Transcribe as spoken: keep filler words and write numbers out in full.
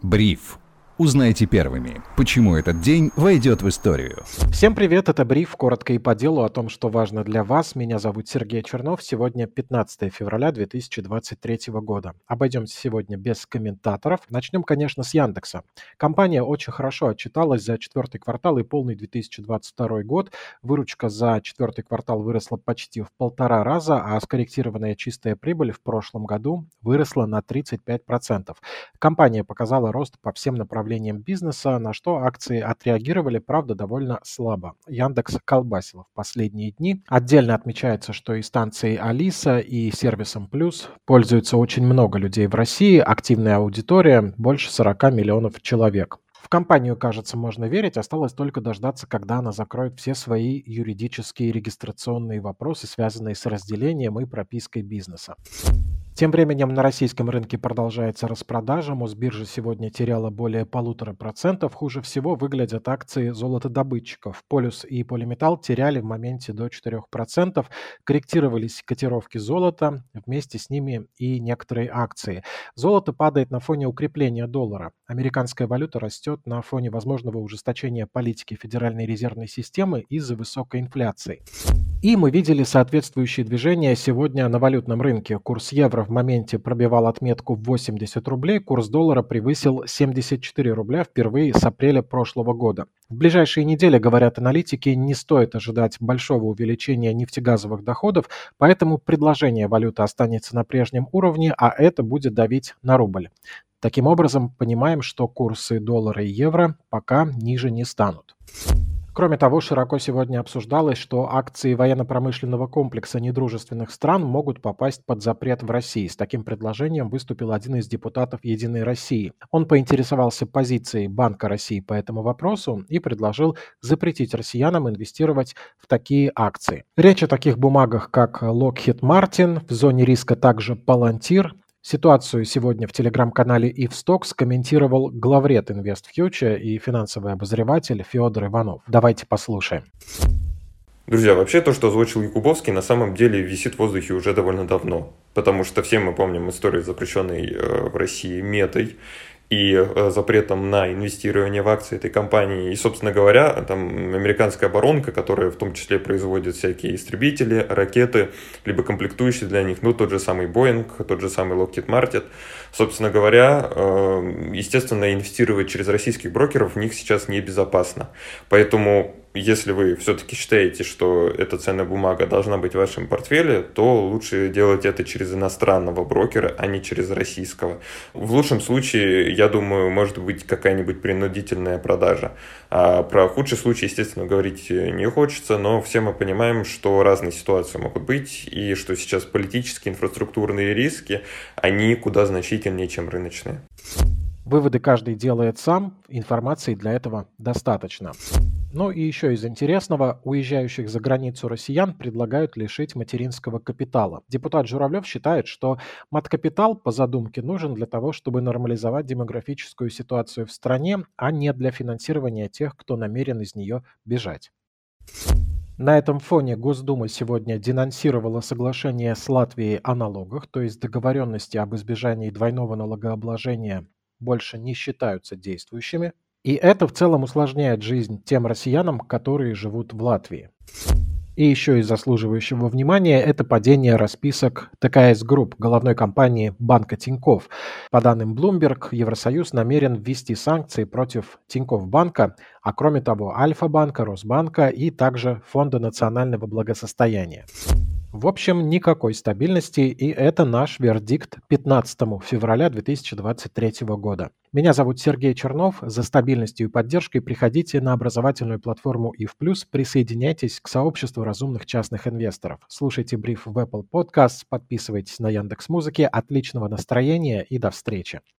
Бриф. Узнайте первыми, почему этот день войдет в историю. Всем привет, это Бриф, коротко и по делу о том, что важно для вас. Меня зовут Сергей Чернов, сегодня пятнадцатое февраля две тысячи двадцать третьего года. Обойдемся сегодня без комментаторов. Начнем, конечно, с Яндекса. Компания очень хорошо отчиталась за четвертый квартал и полный две тысячи двадцать второй год. Выручка за четвертый квартал выросла почти в полтора раза, а скорректированная чистая прибыль в прошлом году выросла на тридцать пять процентов. Компания показала рост по всем направлениям бизнеса, на что акции отреагировали, правда, довольно слабо. Яндекс колбасило в последние дни. Отдельно отмечается, что и станцией Алиса, и сервисом Плюс пользуется очень много людей в России, активная аудитория больше сорок миллионов человек. В компанию, кажется, можно верить, осталось только дождаться, когда она закроет все свои юридические и регистрационные вопросы, связанные с разделением и пропиской бизнеса. Тем временем на российском рынке продолжается распродажа. Мосбиржа сегодня теряла более полутора процентов. Хуже всего выглядят акции золотодобытчиков. Полюс и Полиметалл теряли в моменте до четырёх процентов. Корректировались котировки золота, вместе с ними и некоторые акции. Золото падает на фоне укрепления доллара. Американская валюта растет на фоне возможного ужесточения политики Федеральной резервной системы из-за высокой инфляции. И мы видели соответствующие движения сегодня на валютном рынке. Курс евро в моменте пробивал отметку в восемьдесят рублей, курс доллара превысил семьдесят четыре рубля впервые с апреля прошлого года. В ближайшие недели, говорят аналитики, не стоит ожидать большого увеличения нефтегазовых доходов, поэтому предложение валюты останется на прежнем уровне, а это будет давить на рубль. Таким образом, понимаем, что курсы доллара и евро пока ниже не станут. Кроме того, широко сегодня обсуждалось, что акции военно-промышленного комплекса недружественных стран могут попасть под запрет в России. С таким предложением выступил один из депутатов «Единой России». Он поинтересовался позицией Банка России по этому вопросу и предложил запретить россиянам инвестировать в такие акции. Речь о таких бумагах, как Lockheed Martin, в зоне риска также Palantir. Ситуацию сегодня в телеграм-канале Ивстокс комментировал главред InvestFuture и финансовый обозреватель Федор Иванов. Давайте послушаем. Друзья, вообще то, что озвучил Якубовский, на самом деле висит в воздухе уже довольно давно. Потому что все мы помним историю, запрещенной э, в России Метой, и э, запретом на инвестирование в акции этой компании. И, собственно говоря, там американская оборонка, которая в том числе производит всякие истребители, ракеты, либо комплектующие для них, ну, тот же самый Boeing, тот же самый Lockheed Martin. Собственно говоря, э, естественно, инвестировать через российских брокеров в них сейчас небезопасно. Поэтому, если вы все-таки считаете, что эта ценная бумага должна быть в вашем портфеле, то лучше делать это через иностранного брокера, а не через российского. В лучшем случае, я думаю, может быть какая-нибудь принудительная продажа. А про худший случай, естественно, говорить не хочется, но все мы понимаем, что разные ситуации могут быть, и что сейчас политические, инфраструктурные риски, они куда значительнее, чем рыночные. Выводы каждый делает сам, информации для этого достаточно. Ну и еще из интересного, уезжающих за границу россиян предлагают лишить материнского капитала. Депутат Журавлев считает, что маткапитал по задумке нужен для того, чтобы нормализовать демографическую ситуацию в стране, а не для финансирования тех, кто намерен из нее бежать. На этом фоне Госдума сегодня денонсировала соглашение с Латвией о налогах, то есть договоренности об избежании двойного налогообложения больше не считаются действующими. И это в целом усложняет жизнь тем россиянам, которые живут в Латвии. И еще из заслуживающего внимания это падение расписок тэ ка эс Group, головной компании банка Тинькофф. По данным Bloomberg, Евросоюз намерен ввести санкции против Тинькофф банка, а кроме того Альфа-банка, Росбанка и также Фонда национального благосостояния. В общем, никакой стабильности, и это наш вердикт пятнадцатого февраля две тысячи двадцать третьего года. Меня зовут Сергей Чернов. За стабильностью и поддержкой приходите на образовательную платформу ИФ+, присоединяйтесь к сообществу разумных частных инвесторов. Слушайте Бриф в Apple Podcasts, подписывайтесь на Яндекс.Музыке. Отличного настроения и до встречи!